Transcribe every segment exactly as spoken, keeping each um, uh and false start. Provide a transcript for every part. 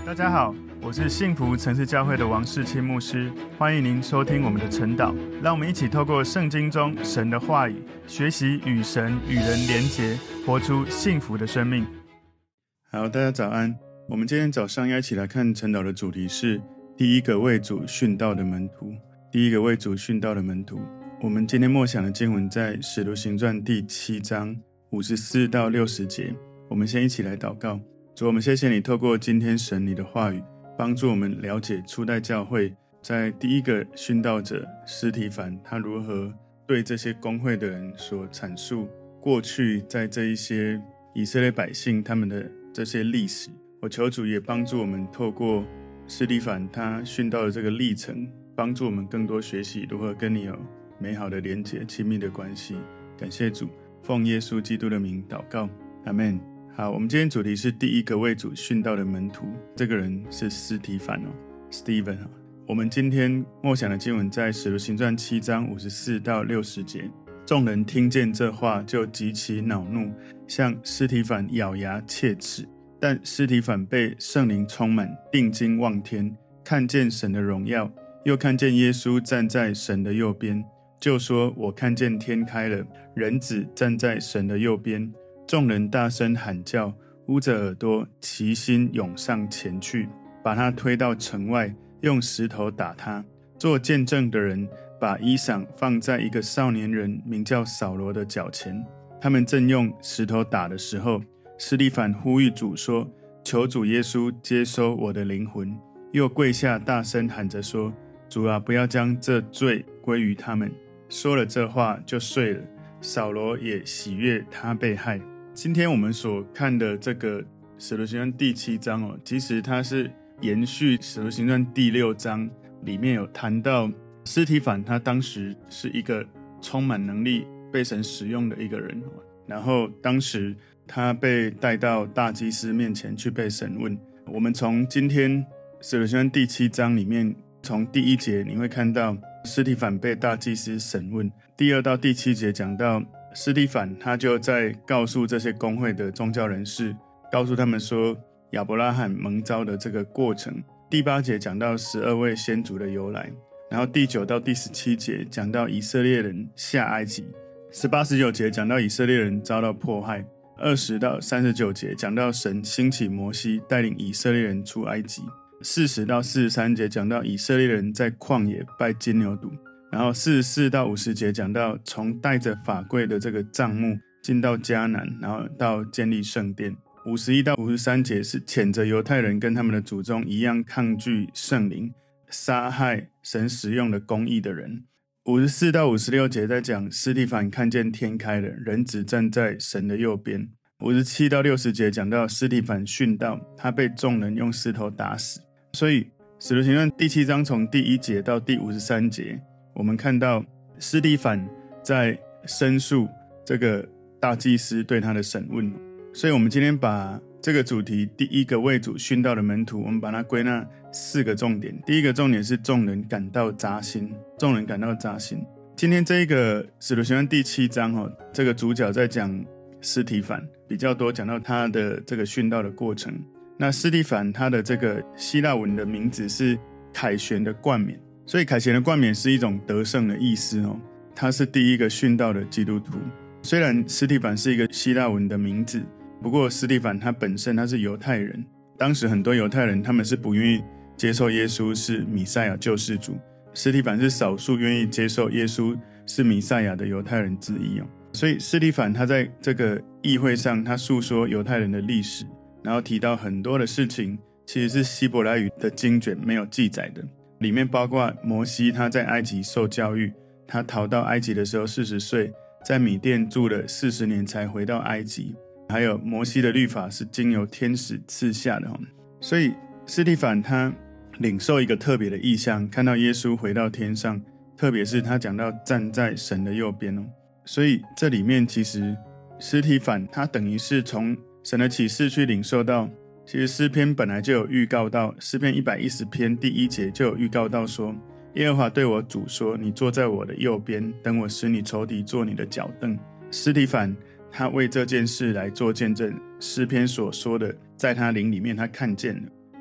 大家好，我是幸福城市教会的王世清牧师，欢迎您收听我们的晨祷。让我们一起透过圣经中神的话语，学习与神与人连结，活出幸福的生命。好，大家早安。我们今天早上要一起来看晨祷的主题是第一个为主殉道的门徒。第一个为主殉道的门徒。我们今天默想的经文在使徒行传第七章五十四到六十节。我们先一起来祷告。主，我们谢谢你透过今天神你的话语，帮助我们了解初代教会在第一个殉道者司提反，他如何对这些公会的人所阐述过去在这一些以色列百姓他们的这些历史。我求主也帮助我们透过司提反他殉道的这个历程，帮助我们更多学习如何跟你有美好的连结、亲密的关系。感谢主，奉耶稣基督的名祷告，阿们。好，我们今天主题是第一个为主殉道的门徒，这个人是司提反哦 ，Stephen 哦。我们今天默想的经文在使徒行传七章五十四到六十节。众人听见这话，就极其恼怒，向司提反咬牙切齿。但司提反被圣灵充满，定睛望天，看见神的荣耀，又看见耶稣站在神的右边，就说：我看见天开了，人子站在神的右边。众人大声喊叫，捂着耳朵，齐心涌上前去，把他推到城外，用石头打他。做见证的人把衣裳放在一个少年人名叫扫罗的脚前。他们正用石头打的时候，司提反呼吁主说：求主耶稣接收我的灵魂。又跪下大声喊着说：主啊，不要将这罪归于他们。说了这话就睡了。扫罗也喜悦他被害。今天我们所看的这个使徒行传第七章哦，其实它是延续使徒行传第六章里面有谈到司提反，他当时是一个充满能力被神使用的一个人，然后当时他被带到大祭司面前去被审问。我们从今天使徒行传第七章里面，从第一节你会看到司提反被大祭司审问，第二到第七节讲到司提反他就在告诉这些公会的宗教人士，告诉他们说亚伯拉罕蒙召的这个过程。第八节讲到十二位先祖的由来，然后第九到第十七节讲到以色列人下埃及，十八、十九节讲到以色列人遭到迫害，二十到三十九节讲到神兴起摩西带领以色列人出埃及，四十到四十三节讲到以色列人在旷野拜金牛犊，然后四十四到五十节讲到从带着法柜的这个帐幕进到迦南，然后到建立圣殿。五十一到五十三节是谴责犹太人跟他们的祖宗一样抗拒圣灵，杀害神使用的公义的人。五十四到五十六节在讲司提反看见天开了，人子站在神的右边。五十七到六十节讲到司提反殉道，他被众人用石头打死。所以使徒行传第七章从第一节到第五十三节，我们看到司提反在申诉这个大祭司对他的审问。所以我们今天把这个主题第一个为主殉道的门徒，我们把它归纳四个重点。第一个重点是众人感到扎心，众人感到扎心。今天这个使徒行传第七章、哦、这个主角在讲司提反，比较多讲到他的这个殉道的过程。那司提反他的这个希腊文的名字是凯旋的冠冕，所以凯旋的冠冕是一种得胜的意思、哦、他是第一个殉道的基督徒。虽然司提反是一个希腊文的名字，不过司提反他本身他是犹太人，当时很多犹太人他们是不愿意接受耶稣是弥赛亚救世主，司提反是少数愿意接受耶稣是弥赛亚的犹太人之一、哦、所以司提反他在这个议会上他述说犹太人的历史，然后提到很多的事情其实是希伯来语的经卷没有记载的，里面包括摩西他在埃及受教育，他逃到埃及的时候四十岁，在米甸住了四十年才回到埃及，还有摩西的律法是经由天使赐下的。所以司提反他领受一个特别的意象，看到耶稣回到天上，特别是他讲到站在神的右边。所以这里面其实司提反他等于是从神的启示去领受到，其实诗篇本来就有预告到，诗篇一百一十篇第一节就有预告到说，耶和华对我主说，你坐在我的右边，等我使你仇敌坐你的脚凳。司提反他为这件事来做见证，诗篇所说的在他灵里面他看见了。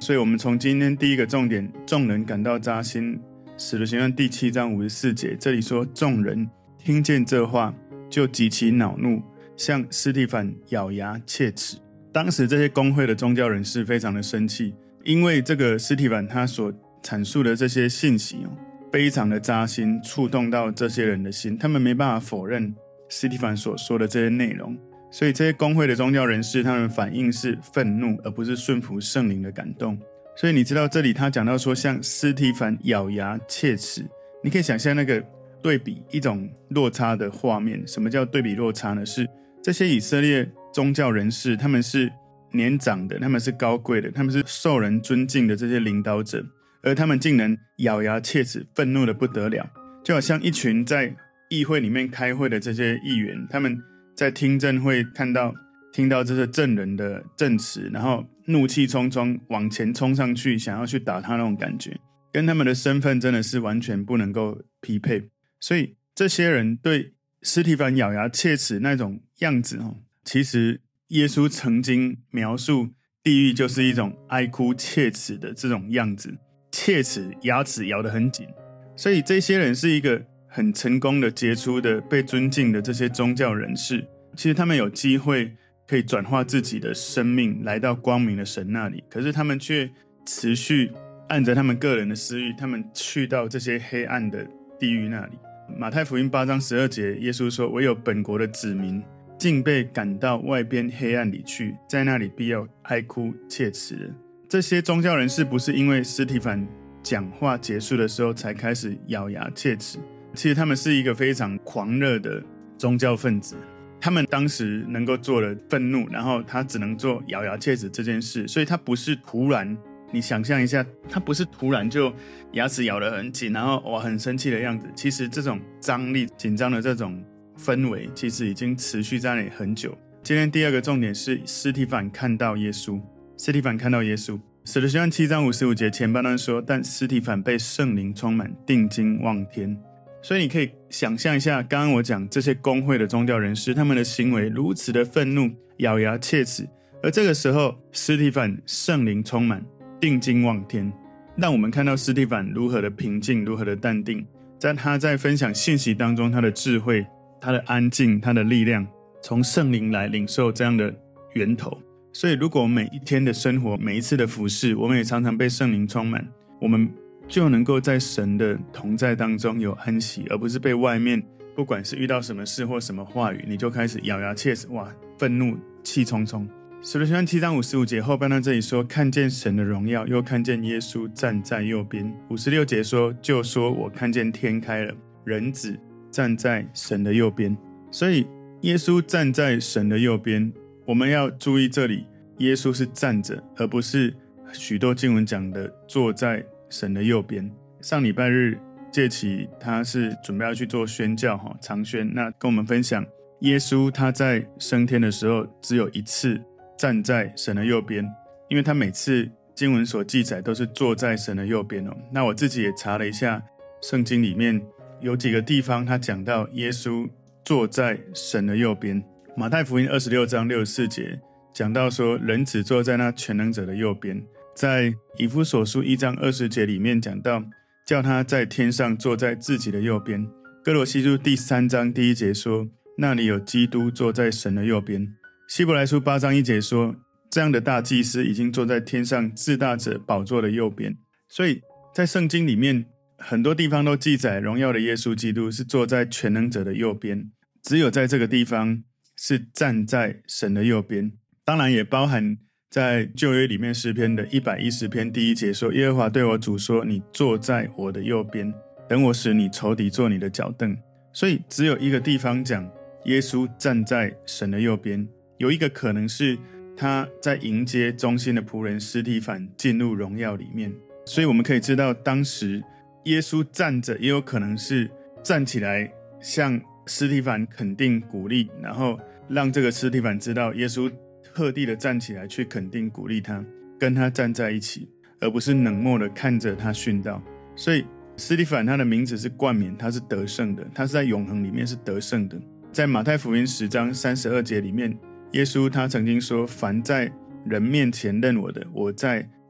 所以我们从今天第一个重点，众人感到扎心，使徒行传第七章五十四节，这里说众人听见这话，就极其恼怒，向司提反咬牙切齿。当时这些公会的宗教人士非常的生气，因为这个司提反他所阐述的这些信息、哦、非常的扎心，触动到这些人的心，他们没办法否认司提反所说的这些内容，所以这些公会的宗教人士他们反应是愤怒，而不是顺服圣灵的感动。所以你知道这里他讲到说像司提反咬牙切齿，你可以想象那个对比，一种落差的画面。什么叫对比落差呢？是这些以色列宗教人士，他们是年长的，他们是高贵的，他们是受人尊敬的这些领导者，而他们竟能咬牙切齿，愤怒的不得了，就好像一群在议会里面开会的这些议员，他们在听证会看到听到这些证人的证词，然后怒气冲冲往前冲上去，想要去打他那种感觉，跟他们的身份真的是完全不能够匹配。所以这些人对司提反咬牙切齿那种样子，其实耶稣曾经描述地狱就是一种哀哭切齿的这种样子，切齿牙齿咬得很紧。所以这些人是一个很成功的杰出的被尊敬的这些宗教人士，其实他们有机会可以转化自己的生命来到光明的神那里，可是他们却持续按着他们个人的私欲，他们去到这些黑暗的地狱那里。马太福音八章十二节，耶稣说唯有本国的子民竟被赶到外边黑暗里去，在那里必要哀哭切齿的。这些宗教人士不是因为司提反讲话结束的时候才开始咬牙切齿，其实他们是一个非常狂热的宗教分子，他们当时能够做了愤怒，然后他只能做咬牙切齿这件事，所以他不是突然，你想象一下，他不是突然就牙齿咬得很紧，然后哇很生气的样子。其实这种张力紧张的这种氛围其实已经持续在那里很久。今天第二个重点是司提反看到耶稣。司提反看到耶稣，使徒行传七章五十五节前半段说，但司提反被圣灵充满，定睛望天。所以你可以想象一下，刚刚我讲这些公会的宗教人士，他们的行为如此的愤怒，咬牙切齿，而这个时候司提反圣灵充满，定睛望天，让我们看到司提反如何的平静，如何的淡定，在他在分享信息当中，他的智慧，他的安静，他的力量，从圣灵来领受这样的源头。所以如果我们每一天的生活，每一次的服事，我们也常常被圣灵充满，我们就能够在神的同在当中有安息，而不是被外面不管是遇到什么事或什么话语，你就开始咬牙切齿，哇，愤怒气冲冲。使徒行传七章五十五节后半段这里说，看见神的荣耀，又看见耶稣站在右边。五十六节说，就说我看见天开了，人子站在神的右边。所以耶稣站在神的右边，我们要注意这里耶稣是站着，而不是许多经文讲的坐在神的右边。上礼拜日介奇他是准备要去做宣教长宣，那跟我们分享耶稣他在升天的时候只有一次站在神的右边，因为他每次经文所记载都是坐在神的右边哦。那我自己也查了一下圣经里面有几个地方他讲到耶稣坐在神的右边。马太福音二十六章六十四节讲到说，人子坐在那全能者的右边。在以弗所书一章二十节里面讲到，叫他在天上坐在自己的右边。哥罗西书第三章第一节说，那里有基督坐在神的右边。希伯来书八章一节说，这样的大祭司已经坐在天上至大者宝座的右边。所以在圣经里面很多地方都记载荣耀的耶稣基督是坐在全能者的右边，只有在这个地方是站在神的右边。当然也包含在旧约里面诗篇的一百一十篇第一节说，耶和华对我主说，你坐在我的右边，等我使你仇敌做你的脚凳。所以只有一个地方讲耶稣站在神的右边，有一个可能是他在迎接忠心的仆人司提反进入荣耀里面。所以我们可以知道当时耶稣站着，也有可能是站起来向司提反肯定鼓励，然后让这个司提反知道耶稣特地的站起来去肯定鼓励他，跟他站在一起，而不是冷漠的看着他殉道。所以司提反他的名字是冠冕，他是得胜的，他是在永恒里面是得胜的。在马太福音十章三十二节里面，耶稣他曾经说，凡在人面前认我的，我在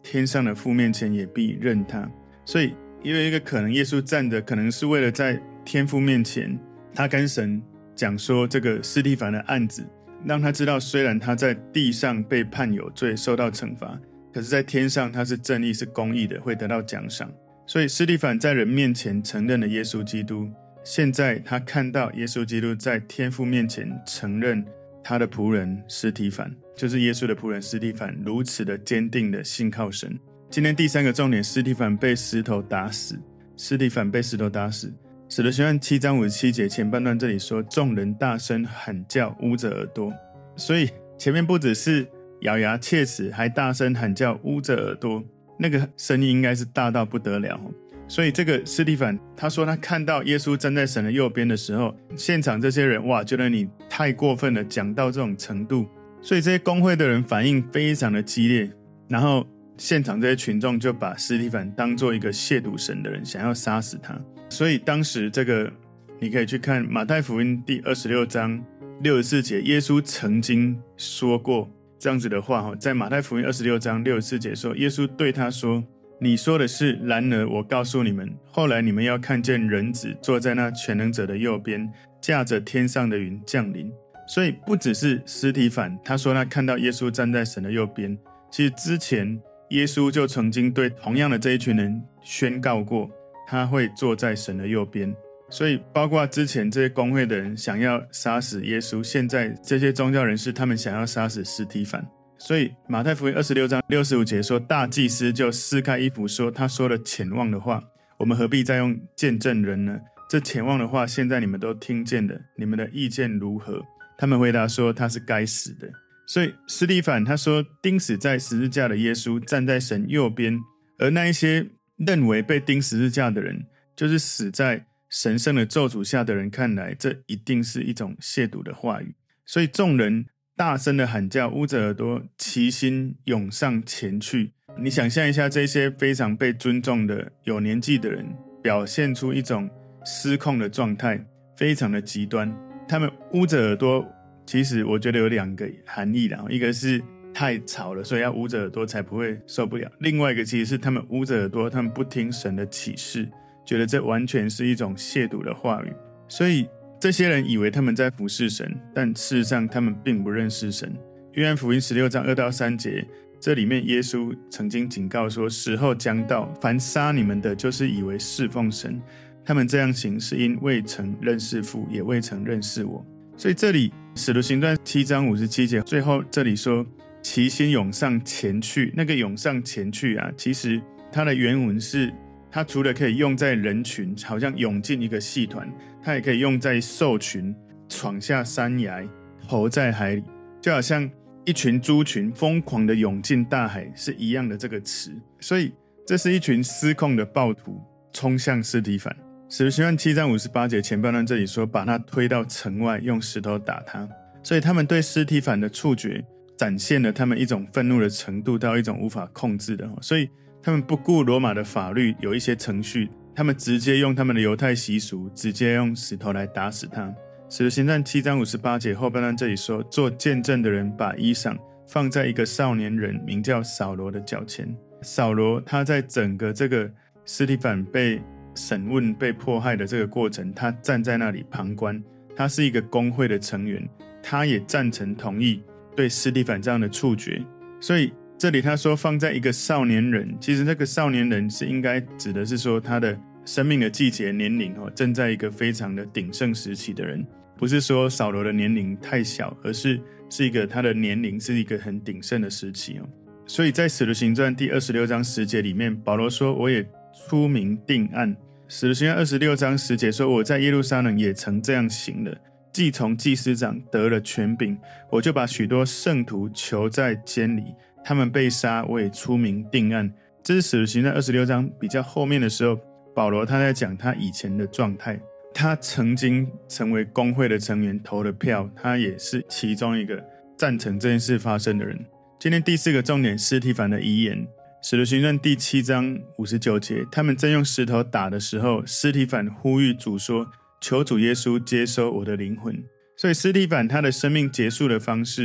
天上的父面前也必认他。所以也有一个可能，耶稣站着可能是为了在天父面前，他跟神讲说这个司提反的案子，让他知道虽然他在地上被判有罪受到惩罚，可是在天上他是正义是公义的，会得到奖赏。所以司提反在人面前承认了耶稣基督，现在他看到耶稣基督在天父面前承认他的仆人司提反，就是耶稣的仆人司提反如此的坚定的信靠神。今天第三个重点，司提反被石头打死。司提反被石头打死，使徒行传七章五十七节前半段这里说，众人大声喊叫，捂着耳朵。所以前面不只是咬牙切齿，还大声喊叫，捂着耳朵，那个声音应该是大到不得了。所以这个司提反他说他看到耶稣站在神的右边的时候，现场这些人哇，觉得你太过分了，讲到这种程度。所以这些公会的人反应非常的激烈，然后现场这些群众就把司提反当作一个亵渎神的人，想要杀死他。所以当时这个你可以去看马太福音第二十六章六十四节，耶稣曾经说过这样子的话，在马太福音二十六章六十四节说，耶稣对他说，你说的是，然而我告诉你们，后来你们要看见人子坐在那全能者的右边，驾着天上的云降临。所以不只是司提反他说他看到耶稣站在神的右边，其实之前耶稣就曾经对同样的这一群人宣告过，他会坐在神的右边。所以包括之前这些公会的人想要杀死耶稣，现在这些宗教人士他们想要杀死司提反。所以马太福音二十六章六十五节说，大祭司就撕开衣服说，他说了僭妄的话，我们何必再用见证人呢？这僭妄的话现在你们都听见了，你们的意见如何？他们回答说，他是该死的。所以司提反他说，钉死在十字架的耶稣站在神右边，而那一些认为被钉十字架的人就是死在神圣的咒诅下的人，看来这一定是一种亵渎的话语。所以众人大声的喊叫，捂着耳朵，齐心涌上前去。你想象一下，这些非常被尊重的有年纪的人表现出一种失控的状态，非常的极端。他们捂着耳朵，其实我觉得有两个含义啦，一个是太吵了，所以要捂着耳朵才不会受不了。另外一个其实是他们捂着耳朵，他们不听神的启示，觉得这完全是一种亵渎的话语。所以这些人以为他们在服侍神，但事实上他们并不认识神。约翰福音十六章二到三节，这里面耶稣曾经警告说，时候将到，凡杀你们的就是以为侍奉神，他们这样行是因未曾认识父，也未曾认识我。所以这里使徒行传七章五十七节最后这里说，齐心涌上前去，那个涌上前去啊，其实它的原文是，它除了可以用在人群，好像涌进一个戏团，它也可以用在兽群闯下山崖，投在海里，就好像一群猪群疯狂的涌进大海是一样的这个词。所以这是一群失控的暴徒冲向司提反。使徒行传七章五十八节前半段这里说，把他推到城外，用石头打他。所以他们对司提反的处决展现了他们一种愤怒的程度到一种无法控制的，所以他们不顾罗马的法律有一些程序，他们直接用他们的犹太习俗，直接用石头来打死他。使徒行传七章五十八节后半段这里说，做见证的人把衣裳放在一个少年人名叫扫罗的脚前。扫罗他在整个这个司提反被审问被迫害的这个过程，他站在那里旁观，他是一个公会的成员，他也赞成同意对司提反这样的处决。所以这里他说放在一个少年人，其实那个少年人是应该指的是说他的生命的季节年龄正在一个非常的鼎盛时期的人，不是说扫罗的年龄太小，而是是一个他的年龄是一个很鼎盛的时期。所以在使徒行传第二十六章十节里面，保罗说我也出名定案。使徒行传二十六章十节说，我在耶路撒冷也曾这样行了，既从祭司长得了权柄，我就把许多圣徒囚在监里，他们被杀，我也出名定案。这是使徒行传二十六章比较后面的时候，保罗他在讲他以前的状态，他曾经成为公会的成员，投了票，他也是其中一个赞成这件事发生的人。今天第四个重点，司提反的遗言。使徒行传第七章五十九节，他们正用石头打的时候，司提反呼吁主说，求主耶稣接收我的灵魂。所以司提反他的生命结束的方式，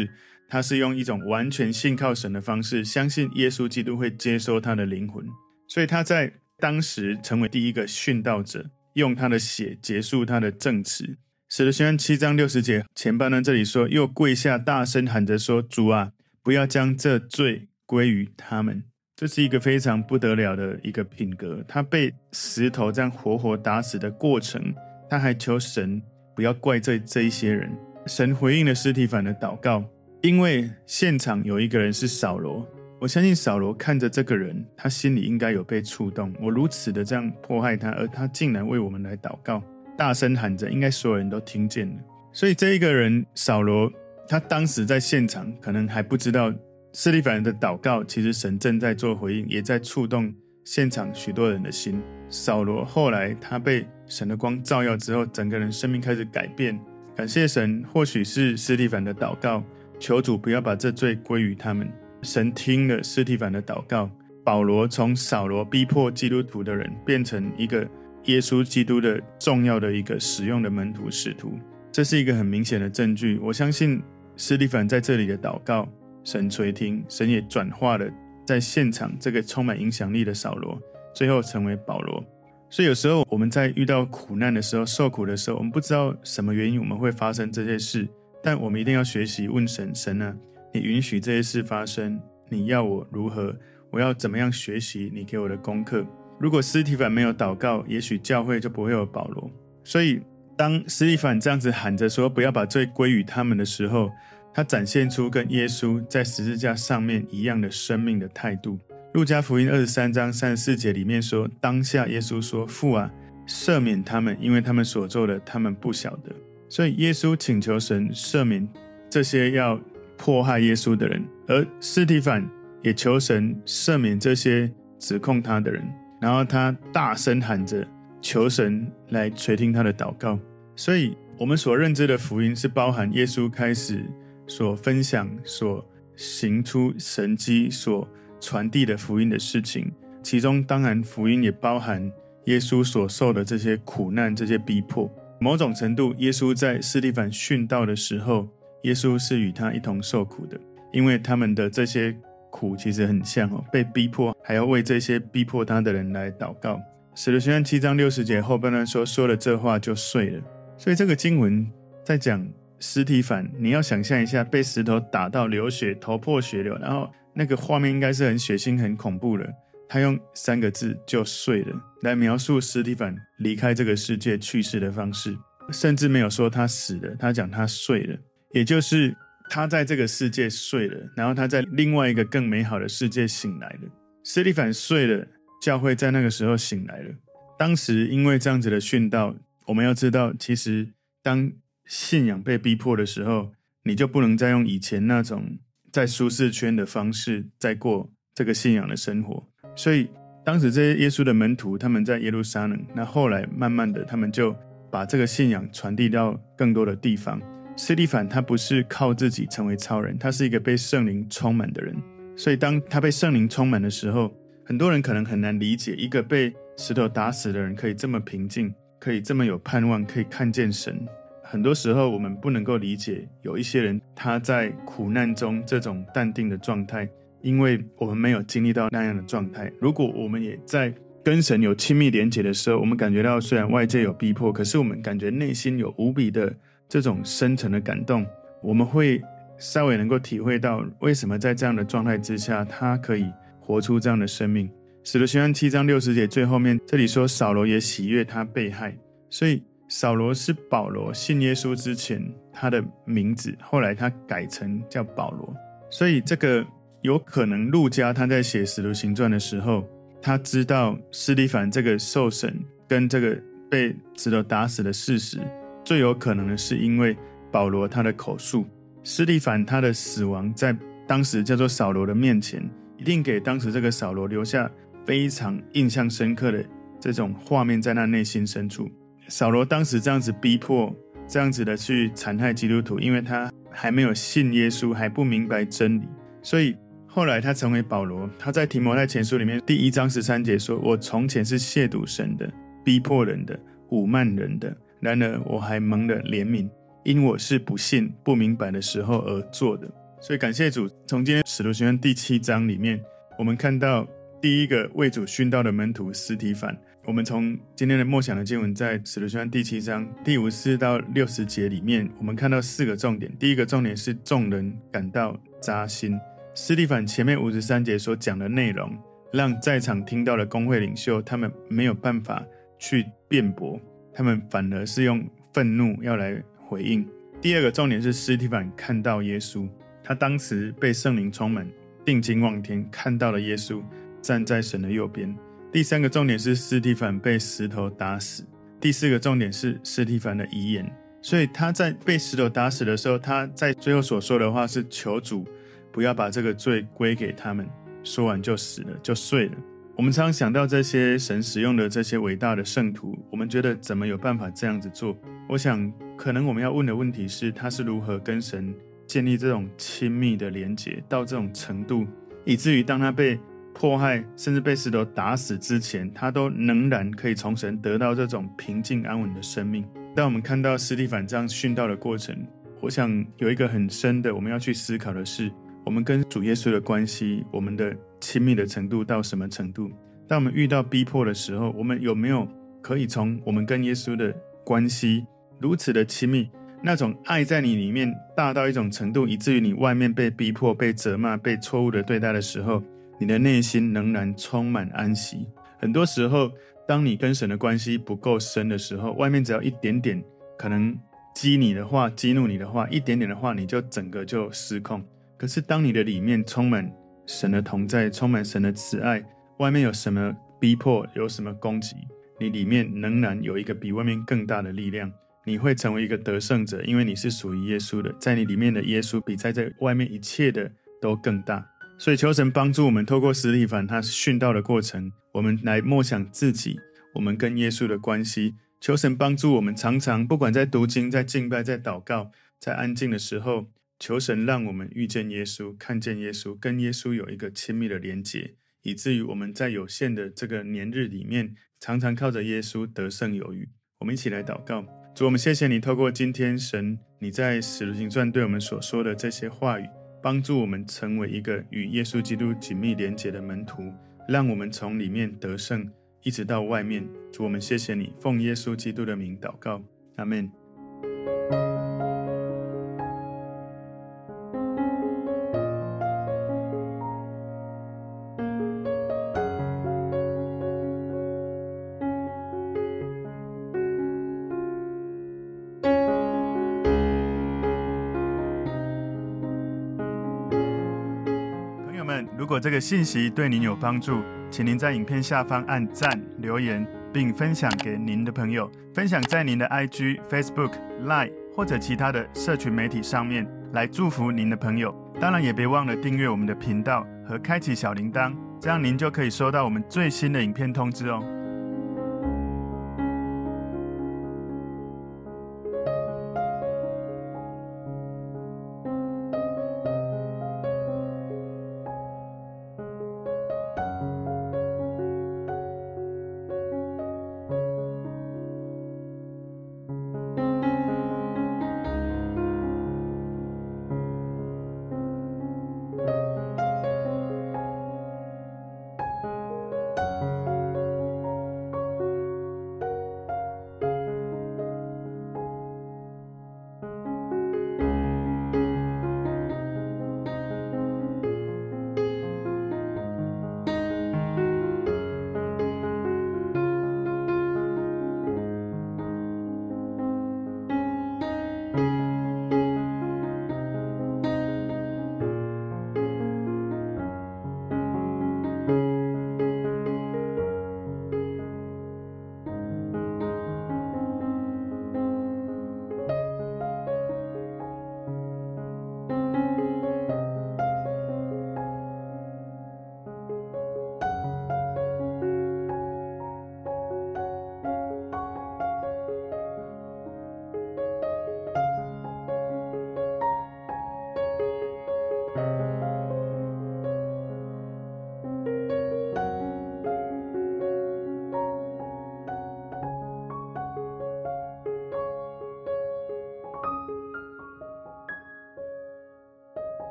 他是用一种完全信靠神的方式，相信耶稣基督会接收他的灵魂，所以他在当时成为第一个殉道者，用他的血结束他的证词。使徒行传七章六十节前半段这里说，又跪下大声喊着说，主啊，不要将这罪归于他们。这是一个非常不得了的一个品格，他被石头这样活活打死的过程，他还求神不要怪罪这一些人。神回应了司提反的祷告，因为现场有一个人是扫罗，我相信扫罗看着这个人，他心里应该有被触动，我如此的这样迫害他，而他竟然为我们来祷告，大声喊着，应该所有人都听见了。所以这一个人扫罗，他当时在现场可能还不知道司提反的祷告，其实神正在做回应，也在触动现场许多人的心。扫罗后来他被神的光照耀之后，整个人生命开始改变，感谢神，或许是司提反的祷告，求主不要把这罪归于他们。神听了司提反的祷告，保罗从扫罗逼迫基督徒的人，变成一个耶稣基督的重要的一个使用的门徒使徒，这是一个很明显的证据。我相信司提反在这里的祷告，神垂听，神也转化了在现场这个充满影响力的扫罗，最后成为保罗。所以有时候我们在遇到苦难的时候，受苦的时候，我们不知道什么原因我们会发生这些事，但我们一定要学习问神，神啊，你允许这些事发生，你要我如何，我要怎么样学习你给我的功课。如果司提反没有祷告，也许教会就不会有保罗。所以当司提反这样子喊着说不要把罪归于他们的时候，他展现出跟耶稣在十字架上面一样的生命的态度。路加福音二十三章三十四节里面说，当下耶稣说，父啊，赦免他们，因为他们所做的他们不晓得。所以耶稣请求神赦免这些要迫害耶稣的人，而司提反也求神赦免这些指控他的人，然后他大声喊着求神来垂听他的祷告。所以我们所认知的福音是包含耶稣开始所分享、所行出神迹、所传递的福音的事情，其中当然福音也包含耶稣所受的这些苦难、这些逼迫。某种程度，耶稣在司提反殉道的时候，耶稣是与他一同受苦的，因为他们的这些苦其实很像、哦、被逼迫，还要为这些逼迫他的人来祷告。使徒行传七章六十节后半段说，说了这话就睡了。所以这个经文在讲司提反，你要想象一下，被石头打到流血，头破血流，然后那个画面应该是很血腥很恐怖的，他用三个字就睡了来描述司提反离开这个世界去世的方式，甚至没有说他死了，他讲他睡了，也就是他在这个世界睡了，然后他在另外一个更美好的世界醒来了。司提反睡了，教会在那个时候醒来了。当时因为这样子的殉道，我们要知道，其实当信仰被逼迫的时候，你就不能再用以前那种在舒适圈的方式在过这个信仰的生活。所以当时这些耶稣的门徒，他们在耶路撒冷，那后来慢慢的他们就把这个信仰传递到更多的地方。司提反他不是靠自己成为超人，他是一个被圣灵充满的人，所以当他被圣灵充满的时候，很多人可能很难理解，一个被石头打死的人可以这么平静，可以这么有盼望，可以看见神。很多时候我们不能够理解，有一些人他在苦难中这种淡定的状态，因为我们没有经历到那样的状态。如果我们也在跟神有亲密连结的时候，我们感觉到虽然外界有逼迫，可是我们感觉内心有无比的这种深沉的感动，我们会稍微能够体会到为什么在这样的状态之下他可以活出这样的生命。使徒行传七章六十节最后面这里说，扫罗也喜悦他被害。所以扫罗是保罗信耶稣之前他的名字，后来他改成叫保罗。所以这个有可能路加他在写使徒行传的时候，他知道司提反这个受审跟这个被石头打死的事实，最有可能的是因为保罗他的口述。司提反他的死亡在当时叫做扫罗的面前，一定给当时这个扫罗留下非常印象深刻的这种画面在他内心深处。扫罗当时这样子逼迫，这样子的去残害基督徒，因为他还没有信耶稣，还不明白真理，所以后来他成为保罗。他在提摩太前书里面第一章十三节说，我从前是亵渎神的，逼迫人的，侮慢人的，然而我还蒙了怜悯，因我是不信不明白的时候而做的。 所以感谢主，从今天使徒行传第七章里面，我们看到第一个为主殉道的门徒司提反。我们从今天的默想的经文，在使徒行传第七章第五十四到六十节里面，我们看到四个重点。第一个重点是众人感到扎心。司提反前面五十三节所讲的内容，让在场听到的公会领袖他们没有办法去辩驳，他们反而是用愤怒要来回应。第二个重点是司提反看到耶稣，他当时被圣灵充满，定睛望天，看到了耶稣站在神的右边。第三个重点是司提反被石头打死。第四个重点是司提反的遗言。所以他在被石头打死的时候，他在最后所说的话是求主不要把这个罪归给他们。说完就死了，就睡了。我们常常想到这些神使用的这些伟大的圣徒，我们觉得怎么有办法这样子做？我想可能我们要问的问题是，他是如何跟神建立这种亲密的连结到这种程度，以至于当他被迫害甚至被石头打死之前，他都仍然可以从神得到这种平静安稳的生命。当我们看到司提反这样殉道的过程，我想有一个很深的我们要去思考的是，我们跟主耶稣的关系，我们的亲密的程度到什么程度？当我们遇到逼迫的时候，我们有没有可以从我们跟耶稣的关系如此的亲密，那种爱在你里面大到一种程度，以至于你外面被逼迫、被责骂、被错误的对待的时候，你的内心仍然充满安息。很多时候当你跟神的关系不够深的时候，外面只要一点点可能激你的话、激怒你的话，一点点的话，你就整个就失控。可是当你的里面充满神的同在，充满神的慈爱，外面有什么逼迫，有什么攻击，你里面仍然有一个比外面更大的力量，你会成为一个得胜者，因为你是属于耶稣的，在你里面的耶稣比在这外面一切的都更大。所以求神帮助我们，透过司提反他殉道的过程，我们来默想自己，我们跟耶稣的关系。求神帮助我们，常常不管在读经、在敬拜、在祷告、在安静的时候，求神让我们遇见耶稣，看见耶稣，跟耶稣有一个亲密的连结，以至于我们在有限的这个年日里面，常常靠着耶稣得胜有余。我们一起来祷告。主，我们谢谢你透过今天神你在使徒行传对我们所说的这些话语，帮助我们成为一个与耶稣基督紧密连结的门徒，让我们从里面得胜一直到外面。主，我们谢谢你，奉耶稣基督的名祷告，阿们。如果这个信息对您有帮助，请您在影片下方按赞、留言，并分享给您的朋友，分享在您的 I G、Facebook、Line 或者其他的社群媒体上面，来祝福您的朋友。当然也别忘了订阅我们的频道和开启小铃铛，这样您就可以收到我们最新的影片通知哦。